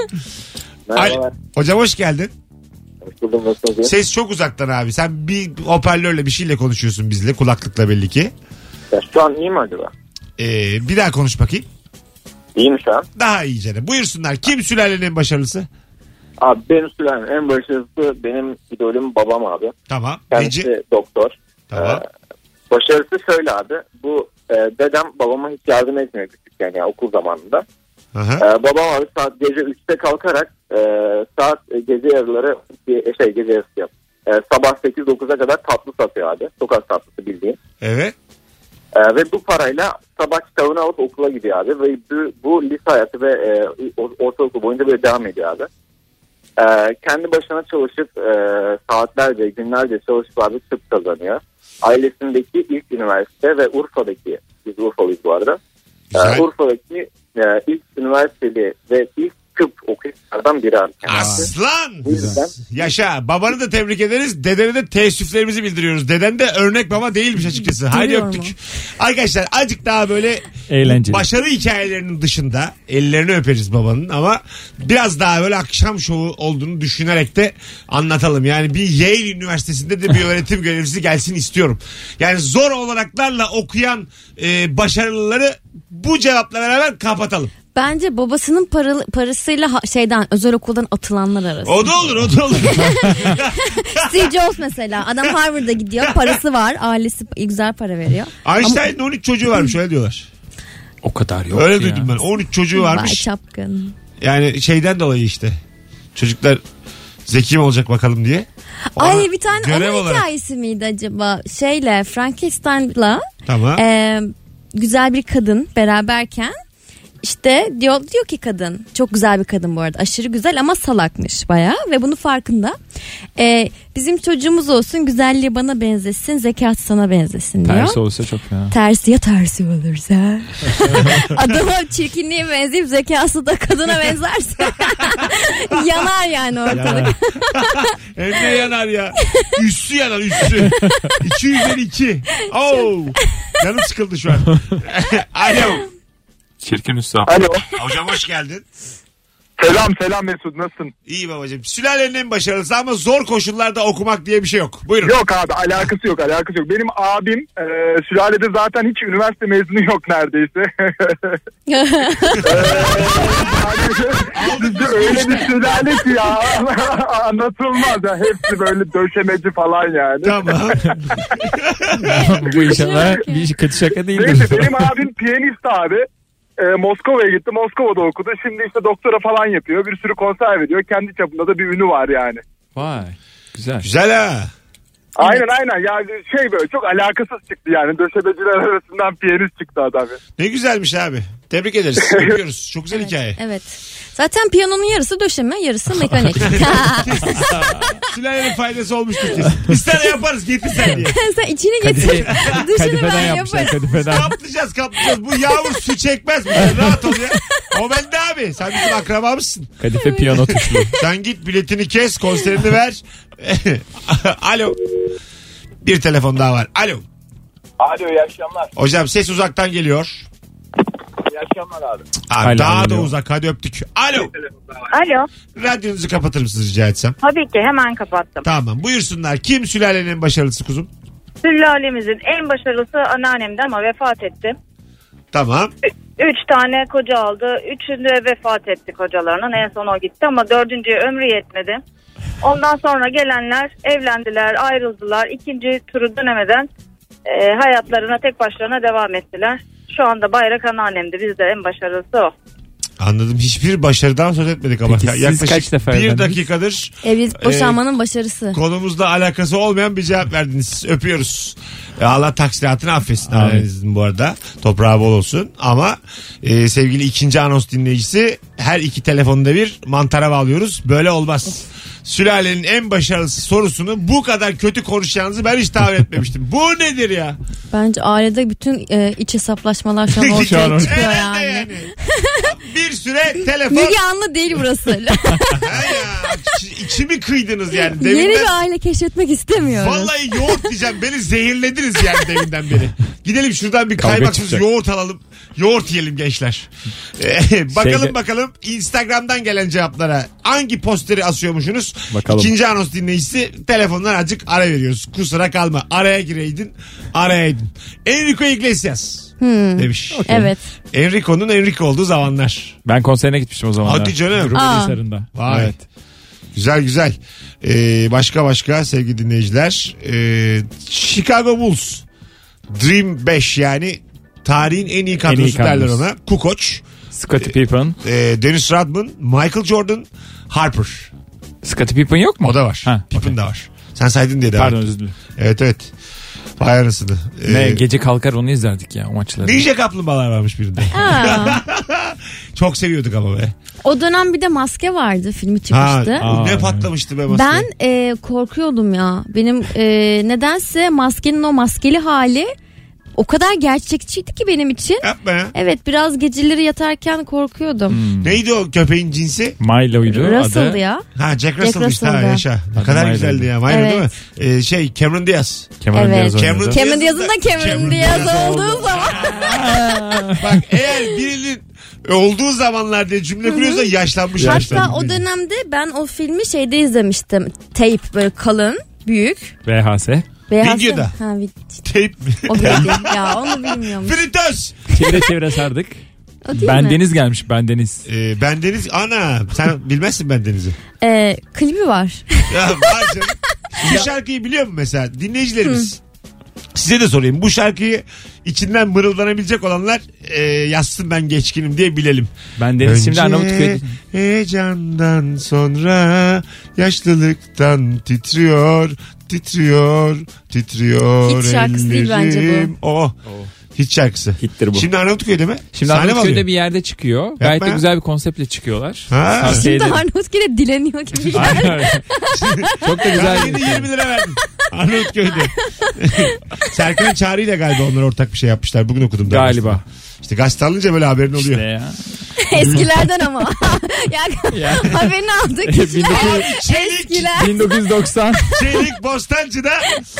Al- Hocam hoş geldin. Hoş buldum, nasılsınız? Ses çok uzaktan abi. Sen bir hoparlörle bir şeyle konuşuyorsun bizle. Kulaklıkla belli ki. Ya şu an iyi mi acaba? Ee, bir daha konuş bakayım. İyi mi şu an? Daha iyi canım. Buyursunlar. Kim sülalenin en başarılısı? Abi benim sülalem en başarılısı benim idolüm babam abi. Tamam. Kendisi Neci? doktor. Tamam. Ee, başarısı şöyle abi. Bu e, dedem babama hiç yardım etmiyor küçükken yani okul zamanında. Aha. Ee, babam abi saat gece üçte kalkarak e, saat e, gece yarıları e, şey gece yarısı yap. E, sabah sekiz dokuza kadar tatlı satıyor abi. Sokak tatlısı bildiğin. Evet. Ee, ve bu parayla sabah kitabını alıp okula gidiyor abi. Ve bu, bu lise hayatı ve e, ortaokul boyunca böyle devam ediyor abi. Ee, kendi başına çalışıp e, saatlerce, günlerce çalışıp abi tıp kazanıyor. Ailesindeki ilk üniversite ve Urfa'daki, biz Urfalıyız bu arada. Güzel. Ee, Urfa'daki e, ilk üniversiteli ve ilk tıp okuyanlardan biri abi kendisi. Aslan. Bu yüzden Yaşa. Babanı da tebrik ederiz. Dedene de teessüflerimizi bildiriyoruz. Deden de örnek baba değilmiş açıkçası. Haydi Duruyor öptük. mu? Arkadaşlar azıcık daha böyle Eğlenceli. başarı hikayelerinin dışında ellerini öperiz babanın ama biraz daha böyle akşam şovu olduğunu düşünerek de anlatalım. Yani bir Yale Üniversitesi'nde de bir öğretim görevlisi gelsin istiyorum. Yani zor olanaklarla okuyan e, başarılıları bu cevapla beraber kapatalım. Bence babasının paralı, parasıyla ha- şeyden özel okuldan atılanlar arasında. O da olur, o da olur. Steve Jobs mesela. Adam Harvard'a gidiyor. Parası var. Ailesi güzel para veriyor. Einstein'ın on üç çocuğu varmış öyle diyorlar. O kadar yok Öyle ya. duydum ben. on üç çocuğu Vay varmış. çapkın. Yani şeyden dolayı işte. Çocuklar zeki mi olacak bakalım diye. Ona Ay bir tane görev onun olarak. hikayesi miydi acaba? Şeyle Frankenstein'la Tamam. e, güzel bir kadın beraberken işte diyor diyor ki kadın, çok güzel bir kadın bu arada, aşırı güzel ama salakmış bayağı ve bunu farkında. E, bizim çocuğumuz olsun, güzelliği bana benzesin, zekatı sana benzesin diyor. Tersi olsa çok fena. Tersi ya tersi olursa. Adama çirkinliğe benzeyip zekası da kadına benzerse yanar yani ortalık. Hem de yanar ya. Üssü yanar üssü. iki yüzden iki. Oo. Canım sıkıldı şu an. Alo. Çirkin üstü. Alo. Hocam hoş geldin. Selam selam Mesut, nasılsın? İyi babacığım. Sülalenin en başarılısı ama zor koşullarda okumak diye bir şey yok. Buyurun. Yok abi, alakası yok alakası yok. Benim abim e, sülalede zaten hiç üniversite mezunu yok neredeyse. e, yani, bizde öyle bir sülale ki ya anlatılmaz ya, hepsi böyle döşemeci falan yani. Tamam. Bu inşallah bir kötü şaka değildir. Neyse benim abim piyanist abi. E, Moskova'ya gitti. Moskova'da okudu. Şimdi işte doktora falan yapıyor. Bir sürü konser veriyor. Kendi çapında da bir ünü var yani. Vay. Güzel. Güzel ha. Aynen aynen. Yani şey böyle çok alakasız çıktı yani. Döşemeciler arasından piyanist çıktı adam. Ne güzelmiş abi. Tebrik ederiz. Öpüyoruz. Çok güzel hikaye. Evet. Zaten piyanonun yarısı döşeme, yarısı mekanik. Sülalenin faydası olmuştur kesin. Biz sana yaparız, getir sen diye. Sen içini getir. Dışını Kadifeden ben yapmışlar, yaparım. kadifeden. Kaplayacağız kaplayacağız. Bu yağmur su çekmez mi? Rahat ol ya. O bende abi. Sen bizim akrabamızsın. Kadife piyano tuşlu. Sen git biletini kes, konserini ver. Alo. Bir telefon daha var. Alo. Alo, iyi akşamlar. Hocam ses uzaktan geliyor. İyi akşamlar abi. Abi Alo, daha alo. da uzak. Hadi öptük. Alo. Alo. Radyonuzu kapatır mısınız rica etsem? Tabii ki hemen kapattım. Tamam. Buyursunlar. Kim sülalenin en başarılısı kuzum? Sülalemizin en başarılısı anneannemdi ama vefat etti. Tamam. Üç tane koca aldı. Üçünde vefat etti kocalarının. En son o gitti ama dördüncüye ömrü yetmedi. Ondan sonra gelenler evlendiler, ayrıldılar. İkinci turu dönemeden e, hayatlarına tek başlarına devam ettiler. Şu anda bayrak anneannemdi. Bizde en başarılısı o. Anladım. Hiçbir başarıdan söz etmedik ama. Peki siz Yaklaşık kaç defa bir evlendiniz? dakikadır Evlilik boşanmanın başarısı. konumuzla alakası olmayan bir cevap verdiniz. Öpüyoruz. E, Allah taksiratını affetsin. Amin. Annenizin bu arada. Toprağı bol olsun. Ama e, sevgili ikinci anons dinleyicisi, her iki telefonda bir mantara bağlıyoruz. Böyle olmaz. Sülalenin en başarılısı sorusunu bu kadar kötü konuşacağınızı ben hiç tahmin etmemiştim. Bu nedir ya? Bence ailede bütün e, iç hesaplaşmalar şu an Şu an ortaya ortaya- çıkıyor Evet yani. yani. Bir süre telefon. Müge Anlı değil burası. Ha ya, içi- içimi kıydınız yani. Yeni Deminden- bir aile keşfetmek istemiyoruz. Vallahi yoğurt diyeceğim. Beni zehirlediniz yani deminden beri. Gidelim şuradan bir Kavga kaymaksız çıkacak. yoğurt alalım. Yoğurt yiyelim gençler. Ee, bakalım Şeyde- bakalım Instagram'dan gelen cevaplara hangi posteri asıyormuşsunuz? Bakalım. İkinci anons dinleyicisi, telefonlar azıcık ara veriyoruz. Kusura kalma. Araya gireydin. Arayaydın. Enrico Iglesias demiş. Evet. Enrico'nun Enrico olduğu zamanlar. Ben konserine gitmiştim o zamanlar. Hadi canım. Rumeli Aa. Hisarı'nda. Vay. Evet. Güzel güzel. Ee, başka başka sevgili dinleyiciler. Ee, Chicago Bulls. Dream beş yani tarihin en iyi kadrosu En iyi derler kadrosu. ona. Kukoc, Scottie Pippen. e, Dennis Rodman, Michael Jordan, Harper. Scottie Pippen yok mu? O da var. Ha, Pippen okey. de var. Sen saydın diye devam. Pardon, et. özür dilerim. Evet evet. Vay anasını. Ee, Ne, gece kalkar onu izlerdik ya o maçları. Ninja kaplumbağalar varmış birinde. Aa, Çok seviyorduk ama be. o dönem bir de Maske vardı, filmi Ha, çıkmıştı. Aa, ne evet. patlamıştı be maske. Ben e, korkuyordum ya. Benim e, nedense Maskenin o maskeli hali o kadar gerçekçiydi ki benim için. Yapma ya. Evet, biraz geceleri yatarken korkuyordum. Hmm. Neydi o köpeğin cinsi? Milo'ydu Russell'dı adı. ya. Ha Jack Russell'dı işte. Ha, Russell'dı. yaşa. Ne Adı kadar Milo'ydu. güzeldi ya. Milo Evet. değil mi? Ee, şey Cameron Diaz. Cameron Evet. Diaz oynadı. Cameron- Cameron Diaz'ın Diaz'ın da da Cameron Cameron Diaz Diaz olduğu zaman. Bak eğer birinin olduğu zamanlar diye cümle kuruyorsa yaşlanmış. Hatta yaşlanmış. o dönemde ben o filmi şeyde izlemiştim. Tape, böyle kalın, büyük. V H S. V H S. Videoda. Ha, vid- Tape mi? o değil ya, onu bilmiyorum. Fritöz. Çevire çevire sardık. O değil Ben mi? Deniz gelmiş, ben Deniz. Ee, ben Deniz. Ana sen bilmezsin ben Deniz'i. Ee, klibi var. Ya var canım. Bu şarkıyı biliyor musun mesela? Dinleyicilerimiz. Size de sorayım. Bu şarkıyı içinden mırıldanabilecek olanlar e, yazsın, ben geçkinim diye bilelim. Ben Deniz şimdi Önce Arnavutköy'de. heyecandan sonra yaşlılıktan titriyor, titriyor, titriyor. Hit şarkısı değil bence bu. ellerim. O. Hit şarkısı. Hittir bu. Şimdi Arnavutköy'de mi? Şimdi Sahne mi Arnavutköy'de alıyor? bir yerde çıkıyor. Gayet de ya. güzel bir konseptle çıkıyorlar. Ha. Tavsiye Şimdi ederim. Arnavutköy'de dileniyor gibi. Aynen. Çok da Ben güzel. yine yirmi lira verdim. Arnavutköy'de. Serkan Çağrı ile galiba onlar ortak bir şey yapmışlar. Bugün okudum. daha Galiba. aslında. İşte gazete alınca böyle haberin oluyor. İşte ya. Eskilerden ama. ya, Ya. haberini aldık. bin dokuz yüz Çelik, Eskiler. bin dokuz yüz doksan. Çelik Bostancı'da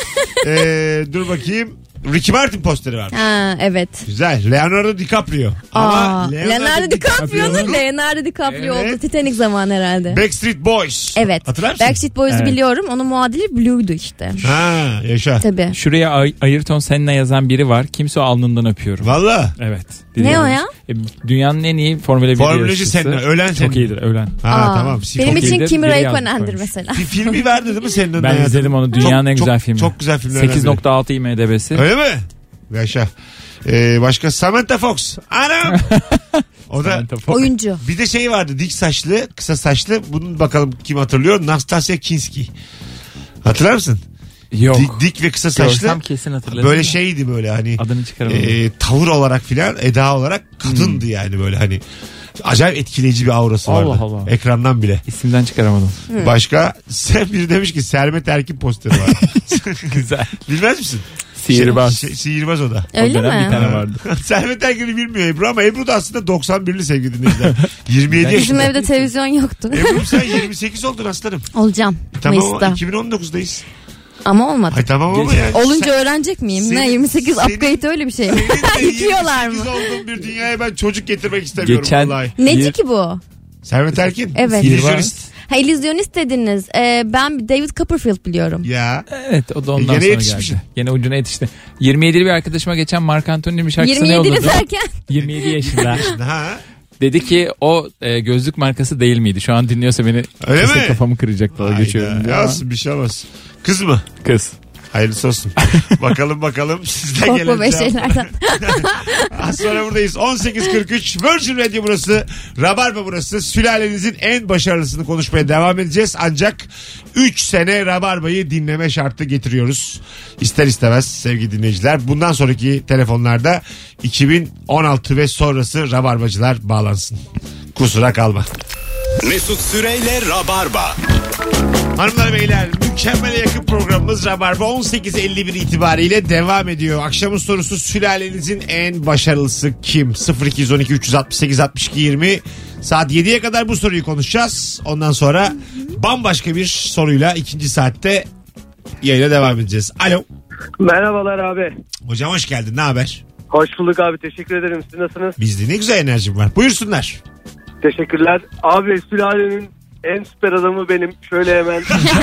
ee, dur bakayım. Ricky Martin posteri var. Ha, evet. Güzel. Leonardo DiCaprio. Aa, Ama Leonardo DiCaprio'nun Leonardo DiCaprio Evet. oldu. Titanic zamanı herhalde. Backstreet Boys. Evet. Hatırlar mısın? Backstreet Boys'u Evet. biliyorum. Onun muadili Blue'du işte. Ha yaşa. Tabii. Şuraya Ay- Ayrton Senna yazan biri var. Kimse o alnından öpüyorum. Valla. Evet. Ne o ya? E, dünyanın en iyi Formula bir Formülcü yarışçısı. Senna. Ölen Çok Senna. iyidir, ölen. Ha Aa, tamam. Benim Çok için iyidir, Kimi biri yazmış, Räikkönen'dir koymuş. mesela. Bir filmi vardı değil mi senin? Ben izledim onu. Dünyanın en güzel filmi. Çok güzel filmler. sekiz nokta altı I M D B'si. Öyle mi? Yaşa. Ee, başka Samantha Fox. Anam. O da Samantha Fox. Oyuncu. bir de şey vardı, dik saçlı, kısa saçlı. Bunun bakalım kim hatırlıyor? Nastasya Kinski. Hatırlar mısın? Yok. Dik, dik ve kısa saçlı. Görsem kesin hatırlarım. Böyle da. şeydi böyle hani. Adını çıkaramadım. e, tavır olarak filan, eda olarak kadındı yani böyle hani. Acayip etkileyici bir aurası Allah vardı. Allah. Ekrandan bile. İsimden çıkaramadım. Başka sen biri demiş ki Sermet Erkin posteri var. Güzel. Bilmez misin? Sihirbaz. Şey, sihirbaz o da. Öyle O dönem mi? bir tane vardı. Servet Ergen'i bilmiyor Ebru ama Ebru da aslında doksan birli sevgili dinleyiciler. yirmi yedi Bizim yaşında. evde televizyon yoktu. Ebru sen yirmi sekiz oldun aslanım. Olacağım Tamam Mayıs'ta. ama iki bin on dokuzdayız. Ama olmadı. Ay tamam ama yani. Olunca sen, öğrenecek miyim? senin- ne yirmi sekiz senin- upgrade öyle bir şey mi? senin de Yıkıyorlar mı? yirmi sekiz olduğun bir dünyaya ben çocuk getirmek istemiyorum Geçen- vallahi. Neci Bir- ki bu? Servet Erkin. Evet. İllüzyonist. Ha, illüzyonist dediniz. Ee, ben David Copperfield biliyorum. Ya. Evet o da ondan Gene sonra yetişmişsin. geldi. Gene ucuna yetişti. yirmi yedili bir arkadaşıma geçen Marc Anthony'nin bir şarkısını yirmi yedili yolladı. derken yirmi yedi yaşında. Ha. Dedi ki o e, gözlük markası değil miydi? Şu an dinliyorsa beni Öyle kesin mi? kafamı kıracak dalga geçiyorum diye ama. Olsun bir şey olmaz. Kız mı? Kız. Hayırlısı olsun. bakalım bakalım sizden korkma gelen be cevap. şeylerden. Az sonra buradayız. on sekiz kırk üç Virgin Radio burası. Rabarba burası. Sülalenizin en başarılısını konuşmaya devam edeceğiz. Ancak üç sene Rabarba'yı dinleme şartı getiriyoruz. İster istemez sevgili dinleyiciler. Bundan sonraki telefonlarda iki bin on altı ve sonrası Rabarbacılar bağlansın. Kusura kalma. Mesut Süreyle Rabarba. Hanımlar beyler, mükemmele yakın programımız Rabarba on sekiz elli bir itibariyle devam ediyor. Akşamın sorusu sülalenizin en başarılısı kim? sıfır iki on iki üç altı sekiz altmış iki yirmi saat yediye kadar bu soruyu konuşacağız. Ondan sonra bambaşka bir soruyla ikinci saatte yayına devam edeceğiz. Alo. Merhabalar abi. Hocam hoş geldin, ne haber? Hoş bulduk abi, teşekkür ederim. Siz nasılsınız? Bizde ne güzel enerjim var. Buyursunlar. Teşekkürler. Abi sülalenin en süper adamı benim. Şöyle hemen.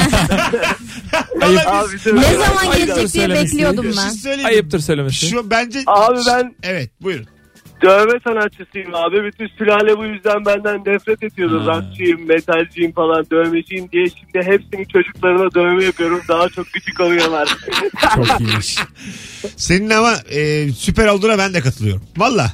Vallahi Abi, biz- söyle. Ne zaman Aynen. gelecek diye Söylemesi. bekliyordum Bir şey ben. söyleyeyim. Ayıptır söylemesi. Şu bence... Abi ben Evet buyurun. dövme sanatçısıyım abi. Bütün sülale bu yüzden benden nefret ediyordu. Ha. Rockçıyım, metalciyim falan, dövmeciyim diye. Şimdi hepsinin çocuklarına dövme yapıyorum. Daha çok küçük oluyorlar. Çok iyiymiş. Senin ama e, süper olduğuna ben de katılıyorum. Valla.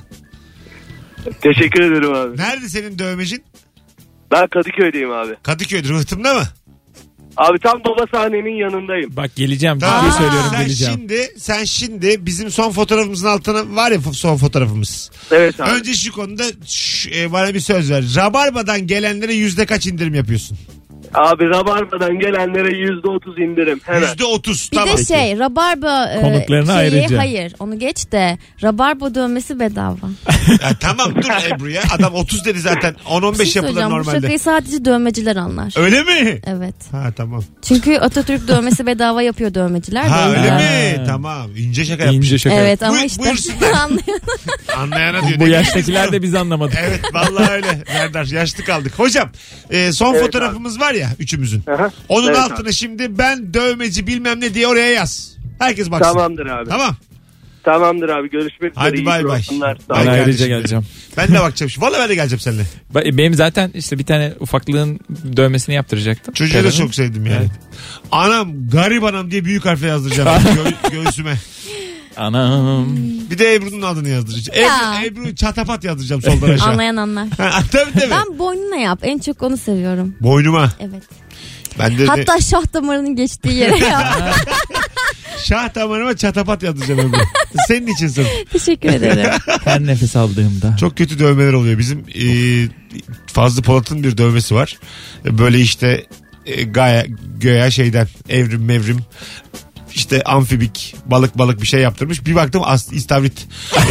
Teşekkür ederim abi. Nerede senin dövmecin? Ben Kadıköy'deyim abi. Kadıköy'de, Rıhtım'da mı? Abi tam baba sahnenin yanındayım. Bak geleceğim. Tamam. Ciddi söylüyorum sen geleceğim. şimdi sen şimdi bizim son fotoğrafımızın altına var ya son fotoğrafımız. Evet abi. Önce şu konuda şu, e, bana bir söz ver. Rabarba'dan gelenlere yüzde kaç indirim yapıyorsun? Abi Rabarba'dan gelenlere yüzde otuz indirim. Hemen. Yüzde otuz. Bir Tamam. de şey rabarba e, Konuklarına şeyi, ayrıca. hayır onu geç de rabarba dövmesi bedava. Ya, tamam dur Ebru ya. Adam otuz dedi zaten. on on Bir beş şey yapılır söyleyeceğim, bu normalde. şakayı sadece dövmeciler anlar. Öyle mi? Evet. Ha tamam. Çünkü Atatürk dövmesi bedava yapıyor dövmeciler. Ha de. öyle Evet. mi? Tamam. İnce şaka yapmış. İnce şaka. Evet ama Buyur- işte buyursunlar. anlayan. Anlayana diyor. Bu Ne yaştakiler bileyim. de biz anlamadık. Evet vallahi öyle. Serdar yaşlı kaldık. Hocam e, son Evet fotoğrafımız var ya üçümüzün. Aha. Onun Evet altına şimdi ben dövmeci bilmem ne diye oraya yaz. Herkes baksın. Tamamdır abi. Tamam. Tamamdır abi. Görüşmek üzere. Hadi İyi bay bay. programlar. Sağ Bay Ben olun. kardeşim ayrıca benim. geleceğim. Ben de bakacağım. Şu- Vallahi ben de geleceğim seninle. Ba- Benim zaten işte bir tane ufaklığın dövmesini yaptıracaktım. Çocuğu da Kerem'in. çok sevdim yani. Evet. Anam garip anam diye büyük harfle yazdıracağım gö- göğsüme. Anam. Bir de Ebru'nun adını yazdıracağım. Ya. Ebru, Ebru çatapat yazdıracağım soldan aşağı. Anlayan anlar. Ha, tabii tabii. Ben boynuna yap. En çok onu seviyorum. Boynuma. Evet. Ben de Hatta şah damarının geçtiği yere yap. şah damarıma çatapat yazdıracağım Ebru. Senin için sırf. Teşekkür ederim. Her nefes aldığımda. Çok kötü dövmeler oluyor. Bizim e, Fazlı Polat'ın bir dövmesi var. E, Böyle işte e, gaya, göya şeyden evrim mevrim işte amfibik balık balık bir şey yaptırmış. Bir baktım as, istavrit.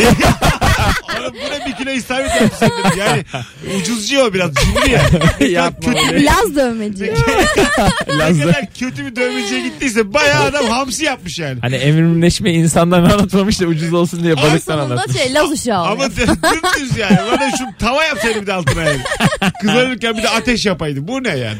Oğlum bu ne bir kilo istavrit yapmışsın dedim. Yani ucuzcu o biraz cimri ya. Yapma. Laz dövmeci. Ne kadar kötü bir dövmeciye gittiyse bayağı adam hamsi yapmış yani. Hani evrimleşme insandan anlatmamış da ucuz olsun diye En balıktan sonunda anlatmış. şey Laz uşağı Ama oluyor. dümdüz yani. Bana şu tava yapsaydı bir de altına yani. Kızarırken bir de ateş yapaydı. Bu ne yani?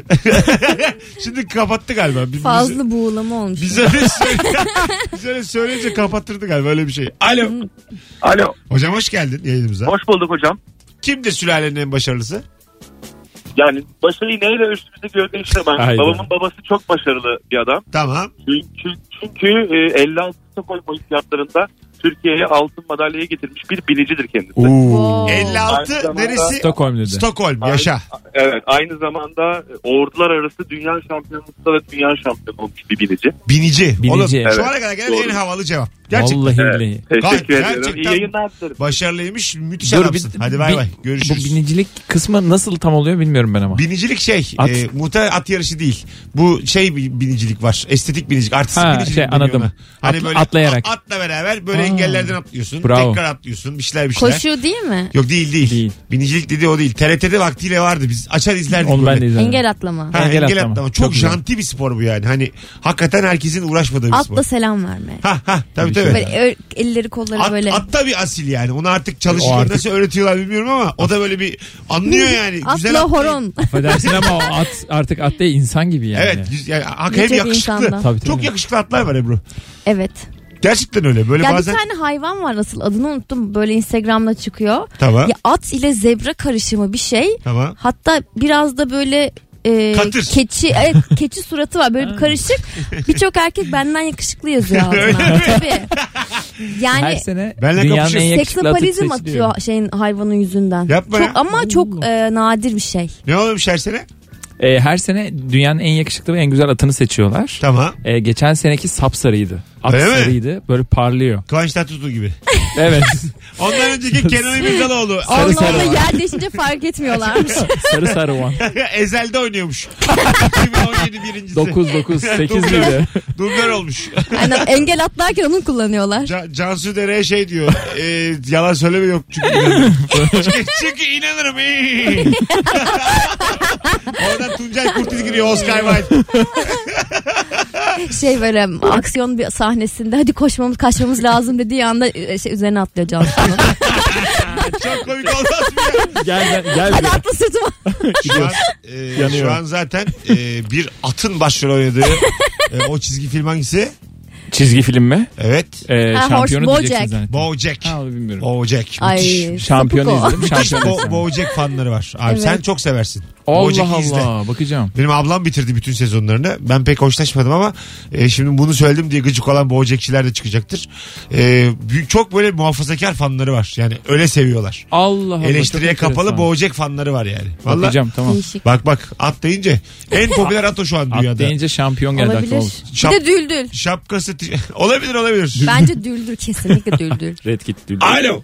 Şimdi kapattı galiba. Biz, Fazla buğulama olmuş. Biz öyle, söyle, biz öyle söyleyince kapattırdı galiba öyle bir şey. Alo. Alo. Hocam hoş geldin yayınımıza. Hoş bulduk hocam. Kimdir sülalenin en başarılısı? Yani başarıyı neyle üstümüze göre değiştiremem. Haydi. Babamın babası çok başarılı bir adam. Tamam. Çünkü, çünkü e, elli altı Stockholm Olimpiyatlarında Türkiye'ye altın madalyayı getirmiş bir bilicidir kendisi. Oo. elli altı Aynı zamanda- neresi? Stockholm dedi. Stockholm. Yaşa. Evet, aynı zamanda ordular arası dünya şampiyonasında ve dünya şampiyonu olmuş bir bilici. Binici. Binici, Oğlum evet. şu ana kadar gelen Doğru. en havalı cevap. Gerçekten. Vallahi Evet. billahi. Teşekkür Ger- ediyorum. gerçekten- İyi yayınlar dilerim. Başarılıymış. Müthiş Dur, adamsın. bir- Hadi bay bir- bay. Bu Görüşürüz. binicilik kısmı nasıl tam oluyor bilmiyorum ben ama. Binicilik şey. At. E, muhtemelen at yarışı değil. Bu şey bir binicilik var. Estetik binicilik. Artistik Ha, binicilik şey, deniyor anladım. ona. Hani Atla- böyle atlayarak. a- atla beraber böyle Aa. engellerden atlıyorsun. Bravo. Tekrar atlıyorsun. Bir şeyler bir şeyler. Koşu değil mi? Yok değil, değil Değil. Binicilik dediği o değil. T R T'de vaktiyle vardı. Biz açar izlerdik Onu böyle. ben de izledim. Engel atlama. Ha, engel, Engel atlama. atlama. Çok, Çok güzel. janti bir spor bu yani. Hani hakikaten herkesin uğraşmadığı bir spor. Atla selam verme. Ha ha tabii Bir tabii. şey. Böyle ö- elleri kolları At, böyle. at da bir asil yani. Onu artık O çalışırken artık- nasıl öğretiyorlar bilmiyorum ama o da böyle bir anlıyor yani. Güzel Atla atlayıp- horon. Affedersin ama o at artık at değil insan gibi yani. Evet. güz- Yani, hak- Ne hem çok yakışıklı. insandan. Tabii, tabii. Çok yakışıklı atlar var Ebru. Evet. Gerçekten öyle. Böyle Ya bazen. bir tane hayvan var, nasıl adını unuttum, böyle Instagram'da çıkıyor. Tamam. Ya at ile zebra karışımı bir şey. Tamam. Hatta biraz da böyle e, Katır. keçi, evet keçi suratı var böyle bir karışık. Birçok erkek benden yakışıklı yazıyor Öyle altına. mi? Tabii. Yani Her sene Benle dünyanın kapışıyor. en yakışıklı atı seksapalizm seçiliyor. atıyor şeyin, hayvanın yüzünden. Yapma çok, ya. ama çok e, nadir bir şey. Ne olmuş her sene? Ee, her sene dünyanın en yakışıklı ve en güzel atını seçiyorlar. Tamam. Ee, geçen seneki sapsarıydı. At Öyle mi? sarıydı. Böyle parlıyor. Kıvanç Tatlıtuğ gibi. Evet. Ondan önceki Kenan İmirzalıoğlu. Sarı Allah sarı Allah, var. yer değişince fark etmiyorlarmış. sarı sarı olan. Ezel'de oynuyormuş. iki bin on yedi birincisi. dokuz dokuz sekiz Dublör. miydi? Dublör olmuş. Aynen, engel atlarken onu kullanıyorlar. Ca- Cansu Dere'ye şey diyor. E, yalan söyleme yok çünkü inanırım. çünkü, çünkü inanırım. Oradan Tuncay Kurtiz giriyor, Oscar Wilde. Şey böyle aksiyon bir sahnesinde hadi koşmamız kaçmamız lazım dediği anda e, şey, üzerine atlıyor Cansu'nun. Çok komik olmaz mı ya? Gel ben- gel. Hadi bir- atla sırtıma. Şu an, e, Yanıyor. şu an zaten e, bir atın başrol oynadığı e, o çizgi film hangisi? Çizgi film mi? Evet. Ee, Ha, şampiyonu Horse diyeceksin Bojack. zannettim. Bojack. Ha onu bilmiyorum. Bojack. Ay, Müthiş. Şampiyonu sapık o. izledim. Müthiş Şampiyonu Bo- izledim. Bojack fanları var. Abi Evet. sen çok seversin. Allah Bojack'i izle. Allah. Bakacağım. Benim ablam bitirdi bütün sezonlarını. Ben pek hoşlaşmadım ama e, şimdi bunu söyledim diye gıcık olan Bojack'çiler de çıkacaktır. E, büyük, çok böyle muhafazakar fanları var. Yani öyle seviyorlar. Allah Allah. Eleştiriye çok kapalı enteresan. Bojack fanları var yani. Vallahi. Bakacağım tamam. Değişik. Bak bak at deyince en popüler at o şu an dünyada. At deyince şampiyon geldi aklıma. Olabilir. Şap- Bir de düldül. Şapkası ti- olabilir olabilir. Bence düldül, kesinlikle düldül. Red Kit düldül. Alo.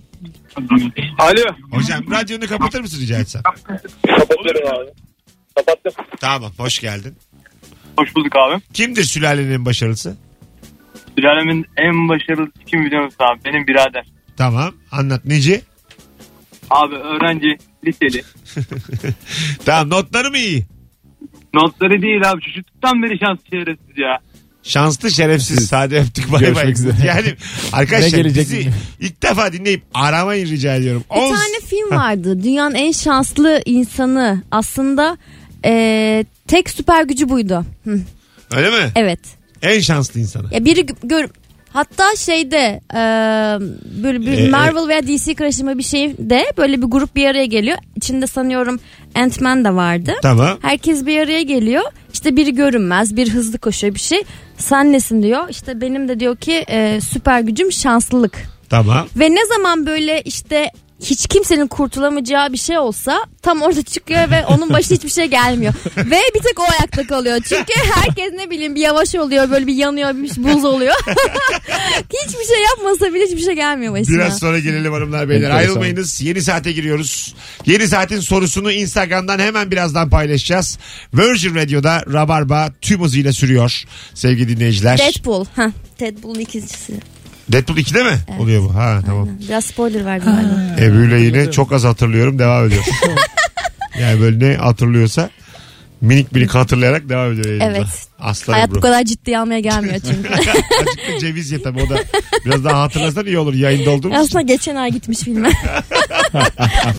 Alo. Hocam radyonu kapatır mısın rica etsem? Kapatıyorum abi. Kapattım. Tamam hoş geldin. Hoş bulduk abi. Kimdir sülalenin en başarılısı? Sülalemin en başarılısı kim biliyor musun abi? Benim birader. Tamam anlat neci? Abi öğrenci, liseli. Tamam notları mı iyi? Notları değil abi. Çocukluktan beri şanslı şerefsiz ya. Şanslı şerefsiz sade öptük bay bay. Görüşmek üzere. Yani arkadaşlar Ne gelecek bizi bilmiyorum. ilk defa dinleyip aramayın rica ediyorum. Bir On- tane film vardı. Dünyanın en şanslı insanı. Aslında e, tek süper gücü buydu. Hı, Öyle mi? evet. En şanslı insanı. Ya biri gö- gör hatta şeyde e, böyle bir Ee, Marvel veya D C karışımı bir şeyde böyle bir grup bir araya geliyor. İçinde sanıyorum Ant-Man de vardı. Tamam. Herkes bir araya geliyor. İşte biri görünmez, biri hızlı koşuyor bir şey. Sen nesin diyor. İşte benim de diyor ki e, süper gücüm şanslılık. Tamam. Ve ne zaman böyle işte hiç kimsenin kurtulamayacağı bir şey olsa tam orada çıkıyor ve onun başına hiçbir şey gelmiyor. Ve bir tek o ayakta kalıyor. Çünkü herkes ne bileyim bir yavaş oluyor, böyle bir yanıyor, bir buz oluyor. Hiçbir şey yapmasa bile hiçbir şey gelmiyor başına. Biraz sonra gelelim hanımlar beyler. Enteresan. Ayrılmayınız. Yeni saate giriyoruz. Yeni saatin sorusunu Instagram'dan hemen birazdan paylaşacağız. Virgin Radio'da Rabarba tüm hızıyla sürüyor sevgili dinleyiciler. Deadpool. Heh, Deadpool'un ikincisi. Deadpool ikide mi Evet. oluyor bu? Ha tamam. Biraz spoiler verdim galiba. Ebru'yla yine çok az hatırlıyorum devam ediyor. Yani böyle ne hatırlıyorsa minik minik hatırlayarak devam ediyor yayınımıza. Evet. Aslan Hayat Ebru. bu kadar ciddiye almaya gelmiyor çünkü. Azıcık da ceviz ye tabii o da biraz daha hatırlasan iyi olur yayında olduğumuz için. Aslında geçen ay gitmiş filme.